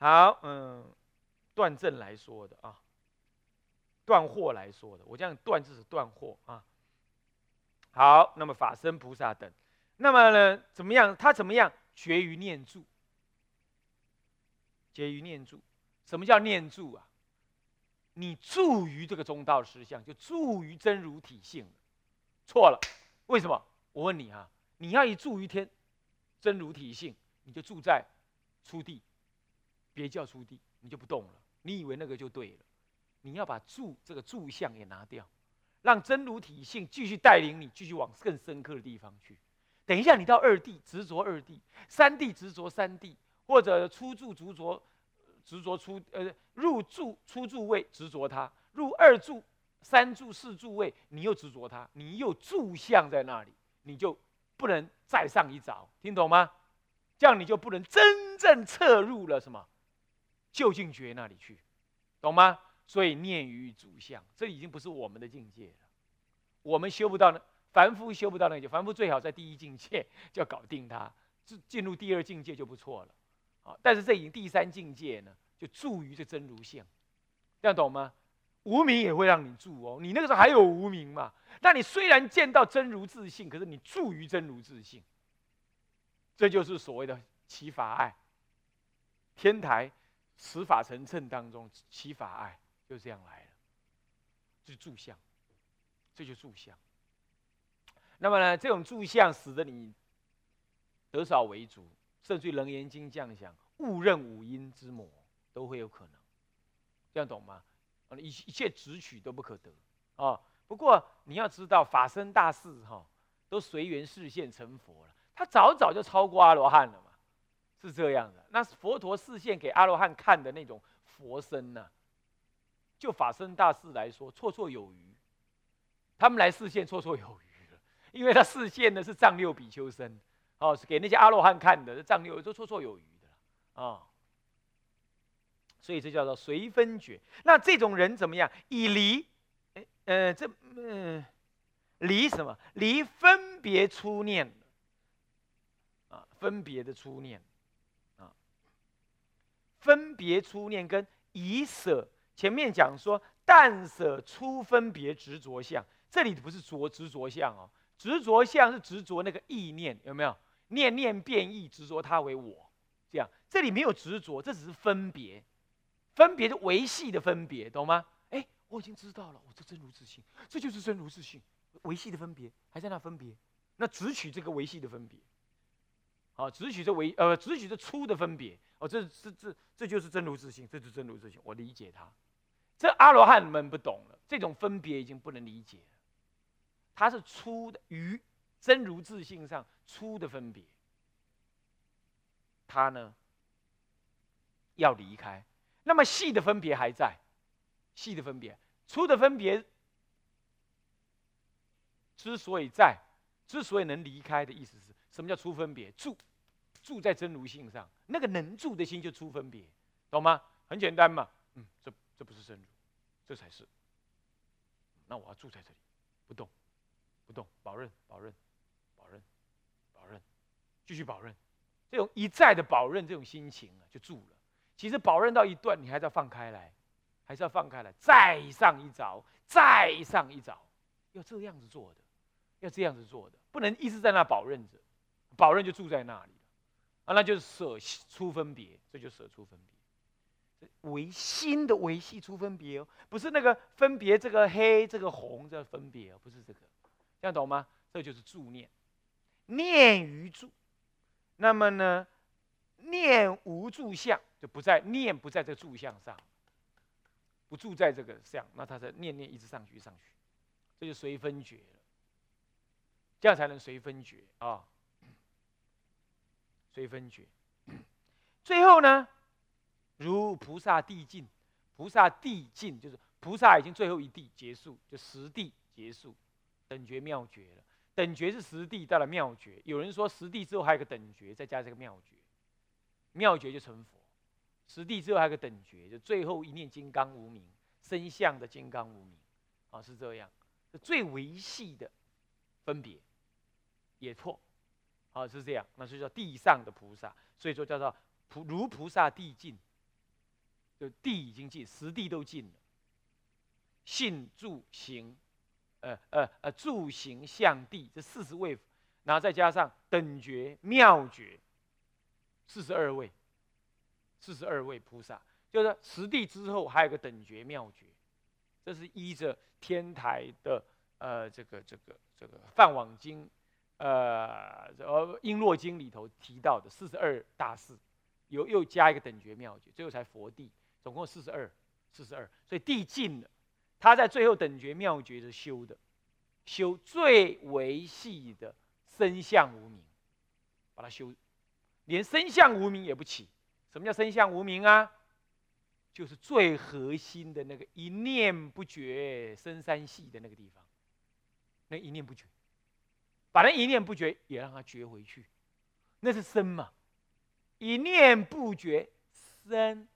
好，断证来说的啊，断惑来说的，我这样断是指断惑啊。好，那么法身菩萨等，那么呢，怎么样？他怎么样？绝于念住，绝于念住。什么叫念住啊？你住于这个中道实相，就住于真如体性了。错了，为什么？我问你啊，你要一住于真如体性，你就住在初地，别叫初地，你就不动了。你以为那个就对了？你要把这个住相也拿掉，让真如体性继续带领你，继续往更深刻的地方去。等一下，你到二地执着二地，三地执着三地，或者初住执着入住初住位执着它，入二住、三住、四住位，你又执着它，你又住相在那里，你就不能再上一着，听懂吗？这样你就不能真正彻入了什么究竟觉那里去，懂吗？所以念于主相，这已经不是我们的境界了，我们修不到那，凡夫修不到那个，凡夫最好在第一境界就要搞定它，进入第二境界就不错了。但是这已经第三境界呢，就住于这真如相，这样懂吗？无明也会让你住哦，你那个时候还有无明嘛？那你虽然见到真如自性，可是你住于真如自性，这就是所谓的起法爱。天台十法成称当中，起法爱就这样来了，就是住相，这就住相。那么呢，这种住相使得你得少为足，甚至于《楞严经》这样讲，误认五阴之魔都会有可能，这样懂吗？一切直取都不可得啊。不过你要知道，法身大士都随缘示现成佛了，他早早就超过阿罗汉了嘛，是这样的。那佛陀示现给阿罗汉看的那种佛身呢，就法身大士来说，绰绰有余。他们来示现绰绰有余了，因为他示现的是藏六比丘身。是给那些阿罗汉看的，藏六都绰绰有余的所以这叫做随分觉。那这种人怎么样？以离，离什么？离分别出念分别的出念分别出念跟以舍，前面讲说但舍出分别执着相，这里不是执着相哦，执着相是执着那个意念，有没有？念念变异，执着它为我，这样这里没有执着，这只是分别，分别是维系的分别，懂吗？我已经知道了，我这真如自性，这就是真如自性，维系的分别还在那分别，那只取这个维系的分别，只取这只取这粗的分别，这就是真如自性，这就是真如自性，我理解它。这阿罗汉们不懂了，这种分别已经不能理解了，它是粗的于真如自性上粗的分别，它呢要离开。那么细的分别还在，细的分别，粗的分别之所以在，之所以能离开的意思是什么叫粗分别？住在真如性上，那个能住的心就粗分别，懂吗？很简单嘛，这不是真如，这才是。那我要住在这里，不动，不动，保任，保任，保任，保任，继续保任。这种一再的保任，这种心情就住了。其实保任到一段，你还是要放开来，还是要放开来，再上一着，再上一着，要这样子做的，要这样子做的，不能一直在那保任着，保任就住在那里了那就是舍出分别，这就舍出分别，唯心的维系出分别不是那个分别这个黑这个红这个分别不是这个，这样懂吗？这就是住念，念于住。那么呢，念无住相，就不在念不在这个住相上，不住在这个相，那他才念念一直上去上去，这就随分觉了，这样才能随分觉随分觉。最后呢，如菩萨地尽，菩萨地尽就是菩萨已经最后一地结束，就十地结束，等觉妙觉了。等觉是十地到了妙觉，有人说十地之后还有个等觉，再加这个妙觉，妙觉就成佛。十地之后还有个等觉，就最后一念金刚无明，身相的金刚无明是这样，是最维系的分别也错是这样，那就叫地上的菩萨，所以说叫做如菩萨地尽就地已经尽，十地都尽了。信、住、行，住、行、相、地这40位，然后再加上等觉、妙觉，42位菩萨，就是十地之后还有个等觉妙觉，这是依着天台的这个梵网经璎珞经里头提到的42大士，又加一个等觉妙觉，最后才佛地，总共42，所以地尽了。他在最后等觉妙觉是修最维系的身相无明，把它修，连身相无明也不起。什么叫身相无明啊？就是最核心的那个一念不觉生三系的那个地方，那一念不觉，把那一念不觉也让它觉回去，那是身嘛。一念不觉生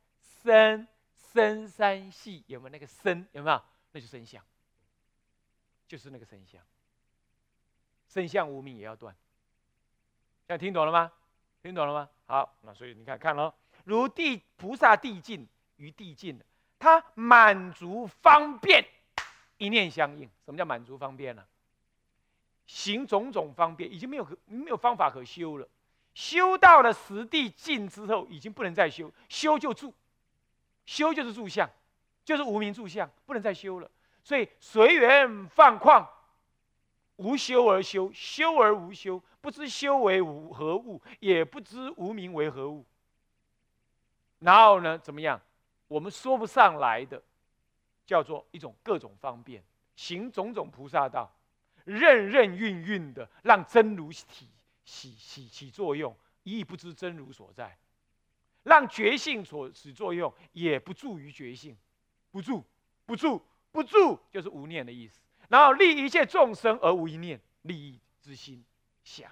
三系，有没有那个身？有没有？那就是身相，就是那个身相。身相无明也要断，现在听懂了吗？听懂了吗？好，那所以你看了，如地菩萨地尽于地尽了，他满足方便，一念相应。什么叫满足方便呢？行种种方便，已经没有方法可修了。修到了十地尽之后，已经不能再修，修就住，修就是住相。就是无明住相，不能再修了。所以随缘放旷，无修而修，修而无修，不知修为何物，也不知无明为何物。然后呢，怎么样？我们说不上来的，叫做一种各种方便，行种种菩萨道，任运的让真如起作用，亦不知真如所在，让觉性所起作用，也不住于觉性。不住，就是无念的意思。然后利一切众生而无一念，利益之心想，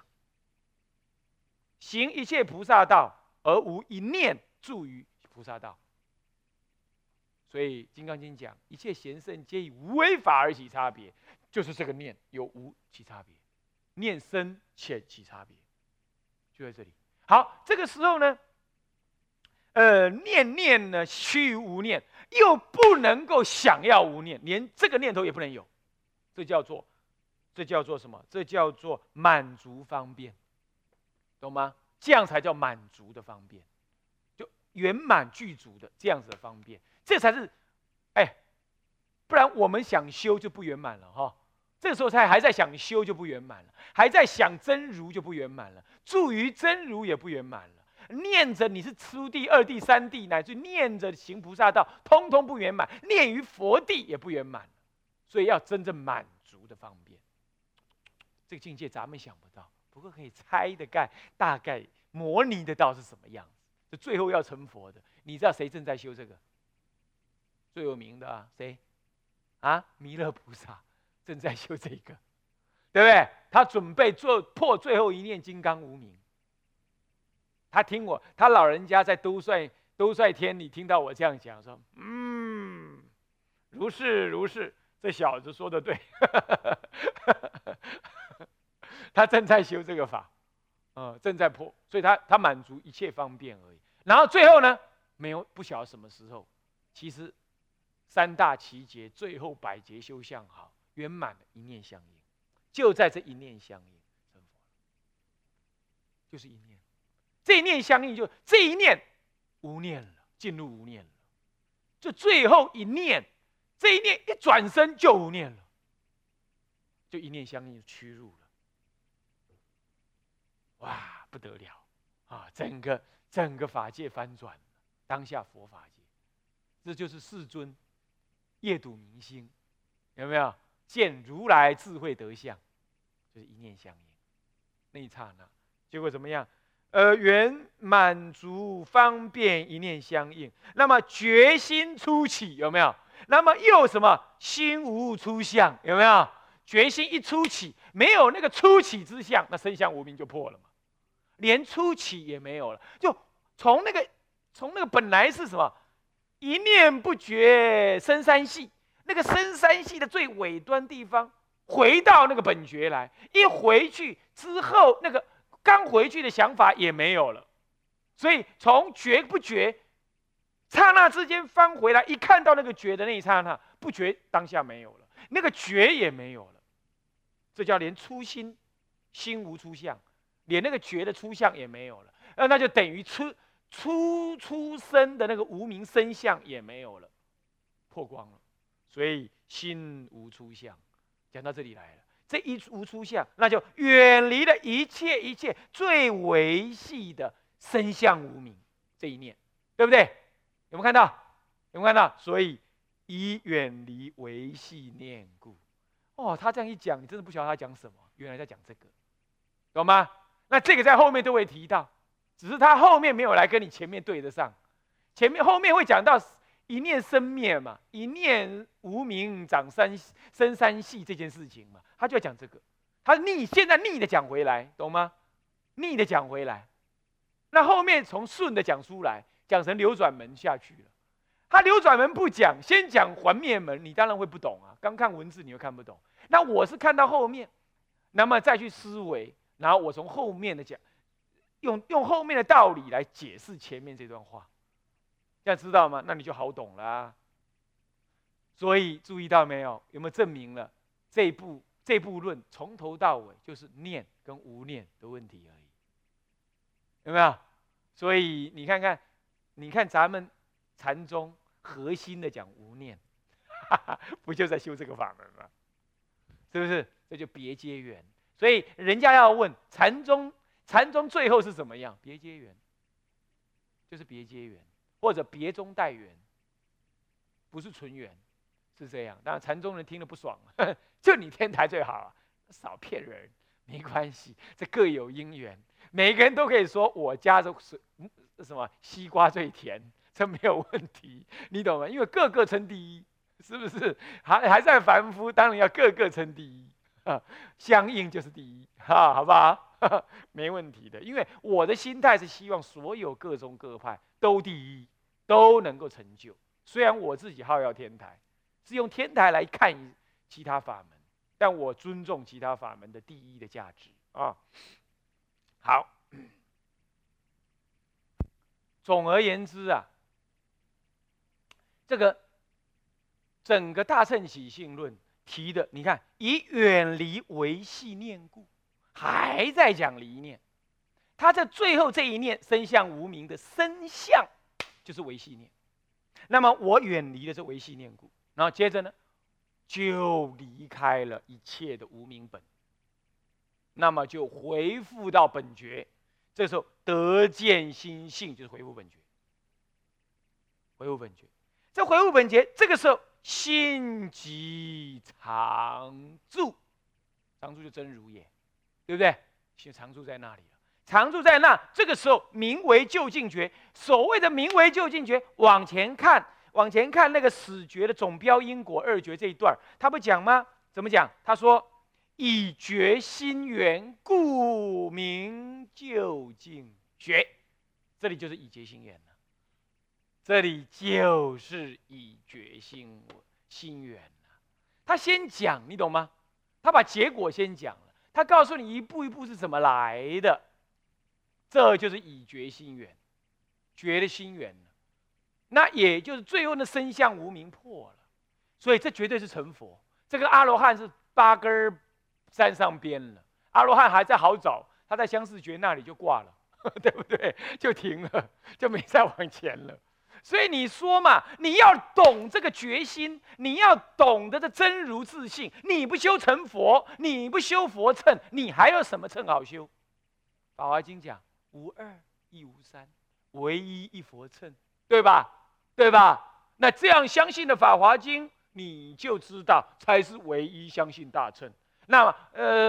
行一切菩萨道而无一念住于菩萨道。所以《金刚经》讲，一切贤圣皆以无为法而起差别，就是这个念有无起差别，念深浅起差别，就在这里。好，这个时候呢，念呢趋于无念，又不能够想要无念，连这个念头也不能有，这叫做什么？这叫做满足方便，懂吗？这样才叫满足的方便，就圆满具足的这样子的方便，这才是，不然我们想修就不圆满了哈。这个时候还在想修就不圆满了，还在想真如就不圆满了，住于真如也不圆满了。念着你是初地、二地、三地，乃至念着行菩萨道，通通不圆满；念于佛地也不圆满。所以要真正满足的方便，这个境界咱们想不到，不过可以猜得大概模拟得到是什么样子。就最后要成佛的，你知道谁正在修这个？最有名的啊，谁？啊，弥勒菩萨正在修这个，对不对？他准备破最后一念金刚无明。他老人家在兜率天里听到我这样讲，说：“如是，这小子说的对。”他正在修这个法，正在破，所以他满足一切方便而已。然后最后呢，不晓得什么时候，其实三大奇劫最后百劫修相好，圆满的一念相应，就在这一念相应成佛了，就是一念。这一念相应，就这一念无念了，进入无念了，就最后一念，这一念一转身就无念了，就一念相应趋入了，哇，不得了啊！整个法界翻转了，当下佛法界，这就是世尊夜睹明星，有没有见如来智慧德相，就是一念相应那一刹那，结果怎么样？圆满足方便一念相应，那么决心初起，有没有？那么又什么心无出相，有没有？决心一初起，没有那个初起之相，那身相无明就破了嘛，连初起也没有了，就从那个本来是什么一念不觉生三系，那个生三系的最尾端地方，回到那个本觉来，一回去之后那个。刚回去的想法也没有了，所以从觉不觉，刹那那之间翻回来，一看到那个觉的那一刹那，不觉当下没有了，那个觉也没有了，这叫连初心，心无出相，连那个觉的出相也没有了，那就等于出生的那个无名生相也没有了，破光了。所以心无出相，讲到这里来了。这一无出相，那就远离了一切最维系的生相无明这一念，对不对？有没有看到？有没有看到？所以以远离维系念故。哦，他这样一讲，你真的不晓得他讲什么，原来在讲这个，懂吗？那这个在后面都会提到，只是他后面没有来跟你前面对得上，后面会讲到一念生灭嘛，一念无明长生三系这件事情嘛，他就要讲这个。他现在逆的讲回来，懂吗？逆的讲回来，那后面从顺的讲出来，讲成流转门下去了。他流转门不讲，先讲还灭门，你当然会不懂啊。刚看文字你会看不懂，那我是看到后面，那么再去思维，然后我从后面的讲，用后面的道理来解释前面这段话。这样知道吗？那你就好懂了啊。所以注意到没有？有没有证明了这部论从头到尾就是念跟无念的问题而已？有没有？所以你看咱们禅宗核心的讲无念，不就在修这个法门吗？是不是？这就别结缘。所以人家要问禅宗最后是怎么样？别结缘，就是别结缘。或者别中带缘，不是纯缘，是这样。当然禅宗人听了不爽，就你天台最好啊，少骗人，没关系，这各有因缘，每个人都可以说我家的什么西瓜最甜，这没有问题，你懂吗？因为个个称第一，是不是？还在凡夫，当然要个个称第一，相应就是第一，好不好？没问题的，因为我的心态是希望所有各宗各派都第一，都能够成就。虽然我自己好要天台，是用天台来看其他法门，但我尊重其他法门的第一的价值啊。好，总而言之啊，这个整个大乘起信论提的，你看以远离维系念故。还在讲离念，他在最后这一念生相无明的生相，就是维系念。那么我远离了这维系念故，然后接着呢，就离开了一切的无明本，那么就回复到本觉。这时候得见心性，就是回复本觉。回复本觉，这回复本觉，这个时候心即常住，常住就真如也。对不对？常住在那里了，常住在那。这个时候名为究竟觉。所谓的名为究竟觉，往前看那个始觉的总标因果二觉这一段，他不讲吗？怎么讲？他说以觉心缘故名究竟觉，这里就是以觉心缘了，这里就是以觉心缘了。他先讲，你懂吗？他把结果先讲了。他告诉你一步一步是怎么来的，这就是以觉心缘，觉的心缘，那也就是最后的生相无明破了，所以这绝对是成佛。这个阿罗汉是8根山上边了，阿罗汉还在好找，他在相似觉那里就挂了，对不对？就停了，就没再往前了。所以你说嘛，你要懂这个决心，你要懂得这真如自性。你不修成佛，你不修佛乘，你还有什么乘好修？法华经讲无二亦无三，唯一一佛乘，对吧？对吧？那这样相信的法华经，你就知道才是唯一相信大乘。那么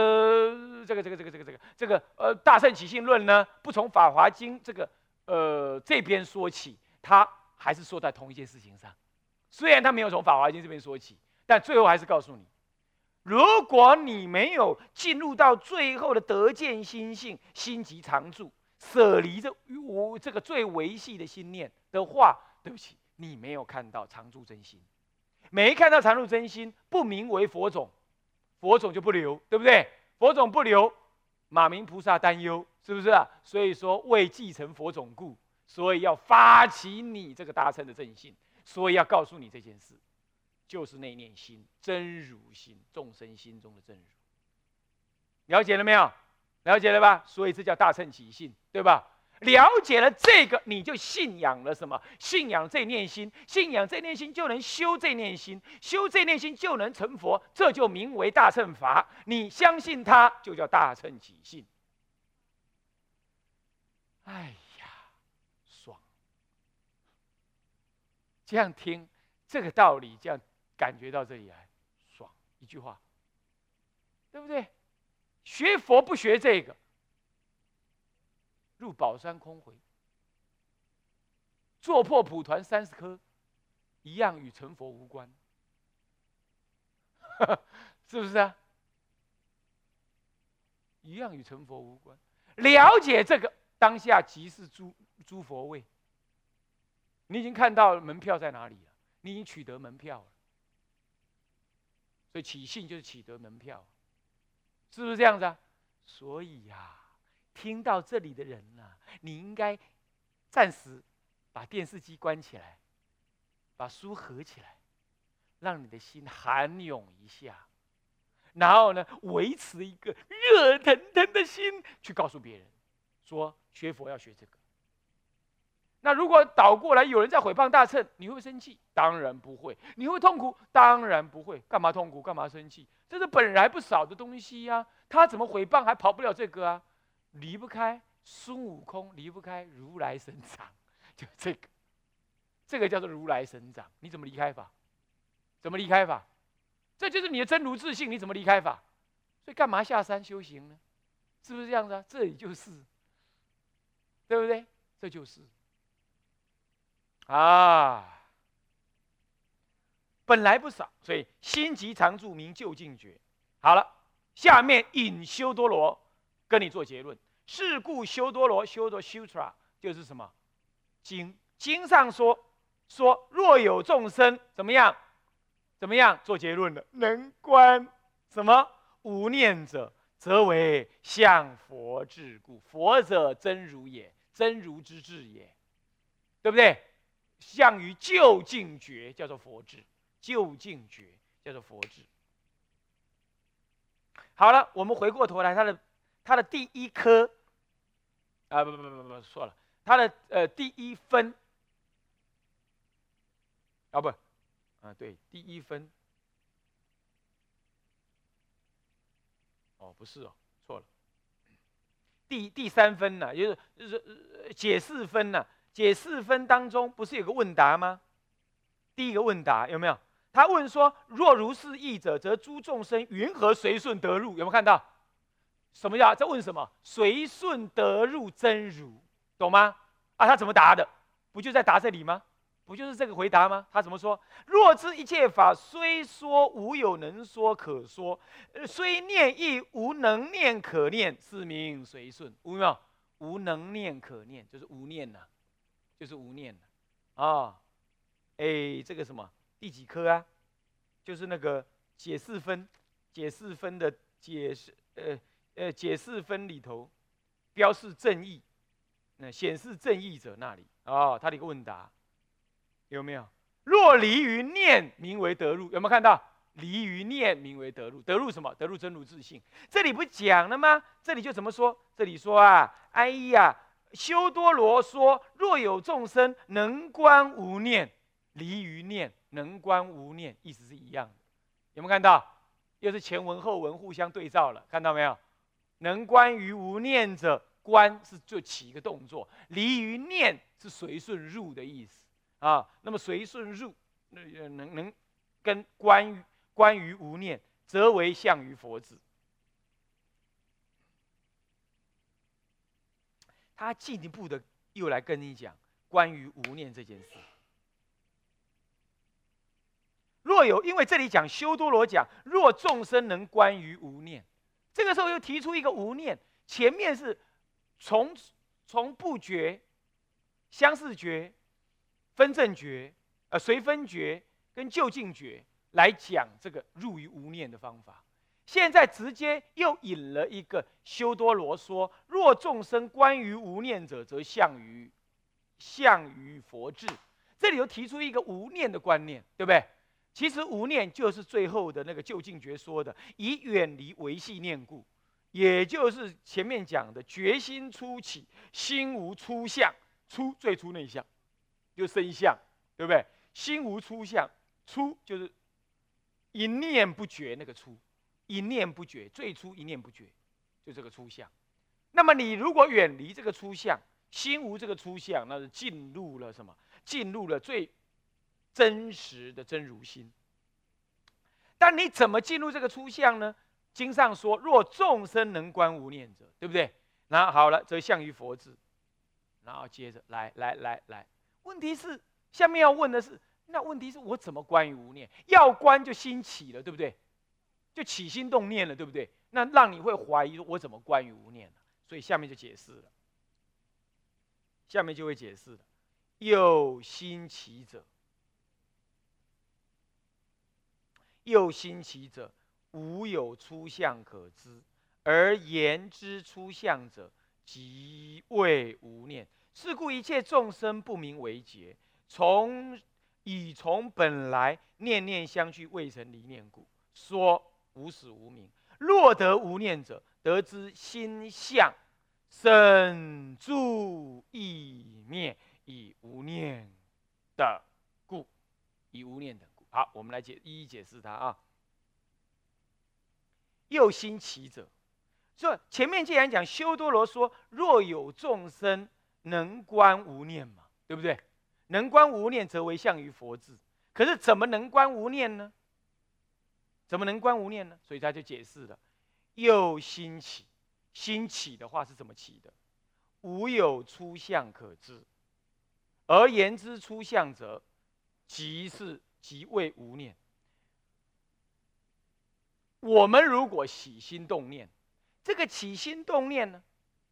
大乘起信论呢，不从法华经这边说起，它还是说在同一件事情上，虽然他没有从法华经这边说起，但最后还是告诉你，如果你没有进入到最后的得见心性，心即常住，舍离这个最维系的心念的话，对不起，你没有看到常住真心，没看到常住真心，不名为佛种，佛种就不留，对不对？佛种不留，马明菩萨担忧，是不是啊？所以说为继承佛种故， 所以要发起你这个大乘的正信，所以要告诉你这件事，就是那念心，真如心，众生心中的真如。了解了没有？了解了吧？所以这叫大乘起信，对吧？了解了这个，你就信仰了什么？信仰这念心，信仰这念心就能修这念心，修这念心就能成佛，这就名为大乘法。你相信它，就叫大乘起信。哎呀，爽！这样听这个道理，这样感觉到这里来，爽！一句话，对不对？学佛不学这个，入宝山空回，做破蒲团30颗，一样与成佛无关，是不是啊？一样与成佛无关。了解这个，当下即是诸佛位。你已经看到门票在哪里了，你已经取得门票了。所以起信就是取得门票，是不是这样子啊？所以呀，听到这里的人啊，你应该暂时把电视机关起来，把书合起来，让你的心寒涌一下，然后呢，维持一个热腾腾的心，去告诉别人说学佛要学这个。那如果倒过来有人在毁谤大乘，你会不会生气？当然不会。你会痛苦？当然不会。干嘛痛苦？干嘛生气？这是本来不少的东西呀、他怎么毁谤还跑不了这个啊？离不开孙悟空，离不开如来神掌，就这个，这个叫做如来神掌。你怎么离开法？怎么离开法？这就是你的真如自信，你怎么离开法？所以干嘛下山修行呢？是不是这样子啊？这里就是，对不对？这就是啊，本来不少，所以心即常住名究竟觉。好了，下面引修多罗跟你做结论。是故修多罗修多 Sutra 就是什么？经上说若有众生怎么样？怎么样？做结论了，能观什么无念者，则为向佛智故。佛者真如也，真如之智也，对不对？向于究竟觉，叫做佛智。究竟觉叫做佛智。好了，我们回过头来，它的第一颗啊，不，错了，它的第一分啊，不啊，对，第一分哦，不是哦，错了，第三分呢、就是解释分呢、解释分当中不是有个问答吗？第一个问答有没有？他问说：若如是义者，则诸众生云何随顺得入？有没有看到？什么叫在问什么？随顺得入真如，懂吗？啊，他怎么答的？不就在答这里吗？不就是这个回答吗？他怎么说？若知一切法虽说无有能说可说，虽念亦无能念可念，是名随顺。无没有？无能念可念，就是无念呐、就是无念呐、啊。哎，这个什么第几科啊？就是那个解释分的解释，解释分里头标示正义，那显示正义者那里哦，他的一个问答有没有？若离于念，名为得入，有没有看到？离于念，名为得入。得入什么？得入真如自性。这里不讲了吗？这里就怎么说？这里说啊，哎呀，修多罗说，若有众生能观无念。离于念，能观无念，意思是一样的，有没有看到？又是前文后文互相对照了，看到没有？能观于无念者，观是就起一个动作，离于念是随顺入的意思啊。那么随顺入，能跟观于无念，则为向于佛智。他进一步的又来跟你讲关于无念这件事。若有，因为这里讲修多罗讲，若众生能观于无念，这个时候又提出一个无念，前面是从不觉、相似觉、分正觉、随分觉跟就近觉来讲这个入于无念的方法，现在直接又引了一个修多罗说，若众生观于无念者，则向于向于佛智。这里又提出一个无念的观念，对不对？其实无念就是最后的那个究竟觉说的，以远离维系念故，也就是前面讲的决心初起，心无初相，最初那一相，就生相，对不对？心无初相，初就是一念不绝那个初，一念不绝，最初一念不绝，就这个初相。那么你如果远离这个初相，心无这个初相，那是进入了什么？进入了最真实的真如心。但你怎么进入这个初相呢？经上说：若众生能观无念者，对不对？然后好了，则向于佛智。然后接着来，问题是下面要问的是，那问题是我怎么观于无念？要观就心起了，对不对？就起心动念了，对不对？那让你会怀疑我怎么观于无念呢？所以下面就解释了，下面就会解释了。有心起者，又心起者，无有初相可知，而言之初相者，即谓无念。是故一切众生不明为觉，以从本来念念相续，未曾离念故，说无始无明。若得无念者，得知心相生住意灭，以无念的故，以无念的故。好，我们来一一解释它啊。又心起者，所以前面既然讲修多罗说，若有众生能观无念嘛，对不对？能观无念，则为向于佛智。可是怎么能观无念呢？怎么能观无念呢？所以他就解释了：又心起，心起的话是怎么起的？无有初相可知，而言之初相者，即谓无念。我们如果起心动念，这个起心动念呢，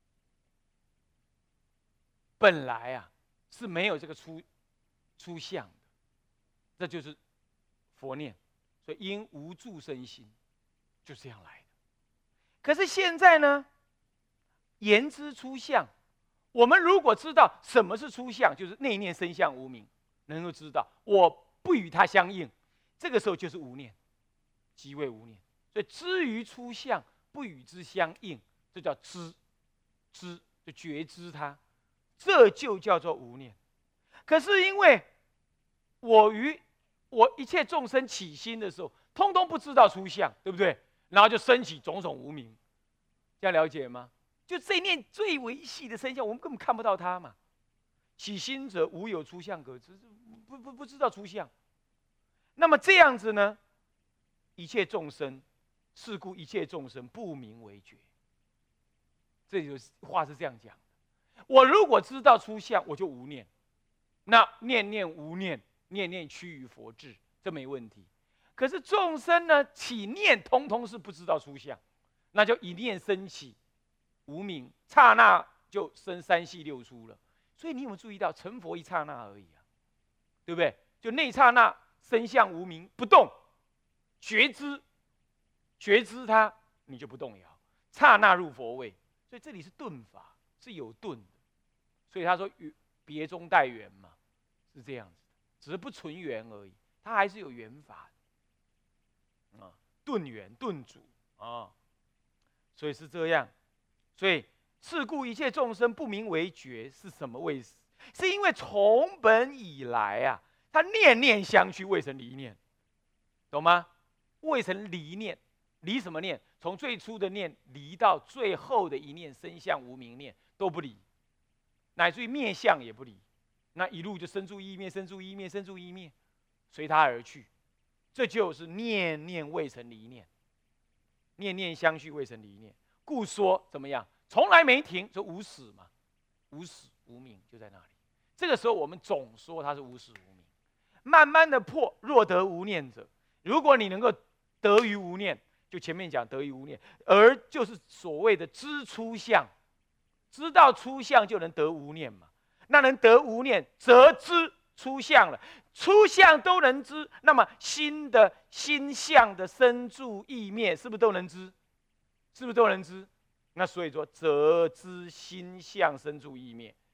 本来啊是没有这个初相的，这就是佛念。所以因无住生心，就这样来的。可是现在呢，言之初相，我们如果知道什么是初相，就是内念生相无明，能够知道我不与它相应，这个时候就是无念，即为无念。所以知于初相，不与之相应，这叫知，就觉知它，这就叫做无念。可是因为我一切众生起心的时候，通通不知道初相，对不对？然后就升起种种无明，这样了解吗？就这念最微细的生相，我们根本看不到它嘛。起心者无有初相可知，不知道初相。那么这样子呢？一切众生，是故一切众生不明为觉。这就是话是这样讲的。我如果知道初相，我就无念，那念念无念，念念趋于佛智，这没问题。可是众生呢，起念通通是不知道初相，那就一念升起无明，刹那就生三系六出了。所以你有没有注意到，成佛一刹那而已啊，对不对？就那一刹那生相无明不动，觉知它，你就不动摇，刹那入佛位。所以这里是顿法，是有顿的。所以他说别中带缘嘛，是这样子，只是不纯缘而已，它还是有缘法的啊，顿缘顿主啊，所以是这样。所以是故一切众生不明为觉是什么位置？是因为从本以来啊，他念念相续，未曾离念，懂吗？未曾离念，离什么念？从最初的念离到最后的一念生相无明念都不离，乃至于灭相也不离，那一路就生住意灭，生住意灭，生住意灭，随他而去。这就是念念未曾离念，念念相续未曾离念，故说怎么样？从来没停，就无始嘛，无始无明就在那里。这个时候我们总说它是无始无明，慢慢的破。若得无念者，如果你能够得于无念，就前面讲得于无念，而就是所谓的知初相，知道初相就能得无念嘛。那能得无念，则知初相了。初相都能知，那么心相的生住意灭，是不是都能知？是不是都能知？那所以说，则知心相生住意灭，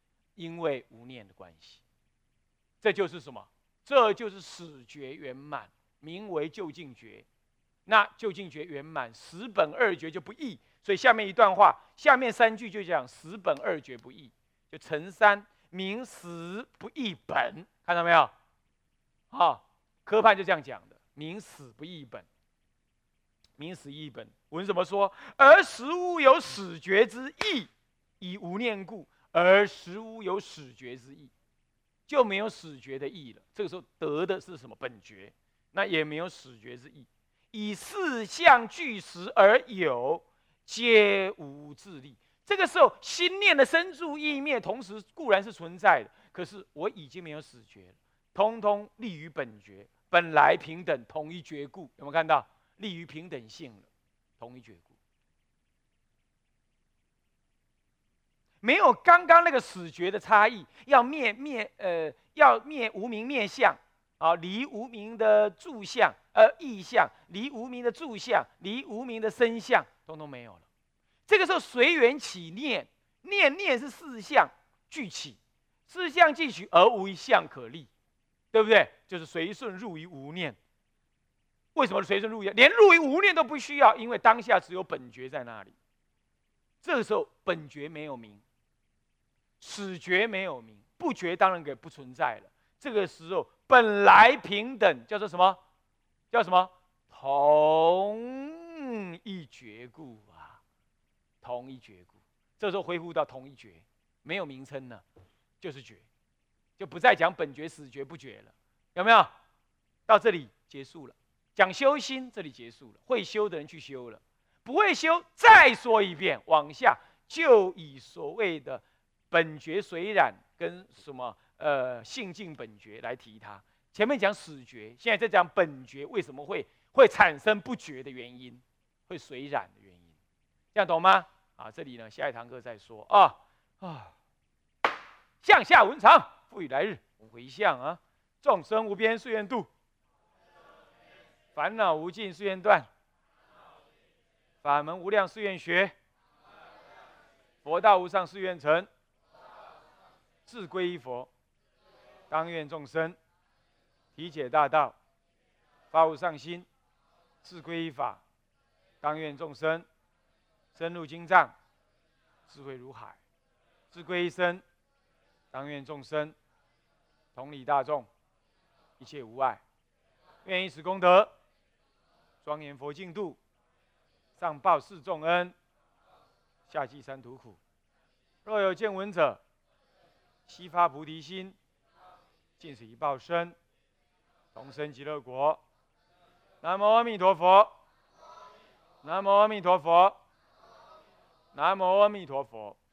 因为无念的关系。这就是什么？这就是始觉圆满，名为究竟觉。那究竟觉圆满，十本二觉就不异。所以下面一段话，下面3句就讲十本二觉不异，就成三名实不异本，看到没有？科判就这样讲的，名实不异本，名实异本。文怎么说？而实无有始觉之意，以无念故，而实无有始觉之意，就没有始觉的意了。这个时候得的是什么？本觉，那也没有始觉之意。以四相俱实而有，皆无自立。这个时候，心念的生住意灭，同时固然是存在的，可是我已经没有始觉了，通通立于本觉，本来平等，同一觉故。有没有看到？立于平等性了，同一觉故。没有刚刚那个始觉的差异，要灭无明灭相。离无明的住相，意相，离无明的住相，离无明的身相，通通没有了。这个时候随缘起念，念是四相俱起，四相俱起而无一相可立，对不对？就是随顺入于无念。为什么随顺入于？连入于无念都不需要，因为当下只有本觉在那里。这个时候本觉没有名，始觉没有名，不觉当然也不存在了。这个时候本来平等，叫做什么？叫什么？同一觉故啊，同一觉故。这时候恢复到同一觉，没有名称了，就是觉，就不再讲本觉、始觉、不觉了，有没有？到这里结束了，讲修心，这里结束了。会修的人去修了，不会修，再说一遍，往下就以所谓的本觉随染跟什么性净本觉来提它。前面讲始觉，现在在讲本觉为什么会产生不觉的原因，会随染的原因，这样懂吗？这里呢，下一堂课再说向下文长，复以来日。我回向啊，众生无边誓愿度，烦恼无尽誓愿断，法门无量誓愿学，佛道无上誓愿成。自归依佛，当愿众生体解大道，发无上心；自归依法，当愿众生深入经藏，智慧如海；自归依身，当愿众生同理大众，一切无碍。愿以此功德，庄严佛净土，上报四重恩，下济三途苦。若有见闻者，悉发菩提心，尽此一报身，同生极乐国。南无阿弥陀佛。南无阿弥陀佛。南无阿弥陀佛。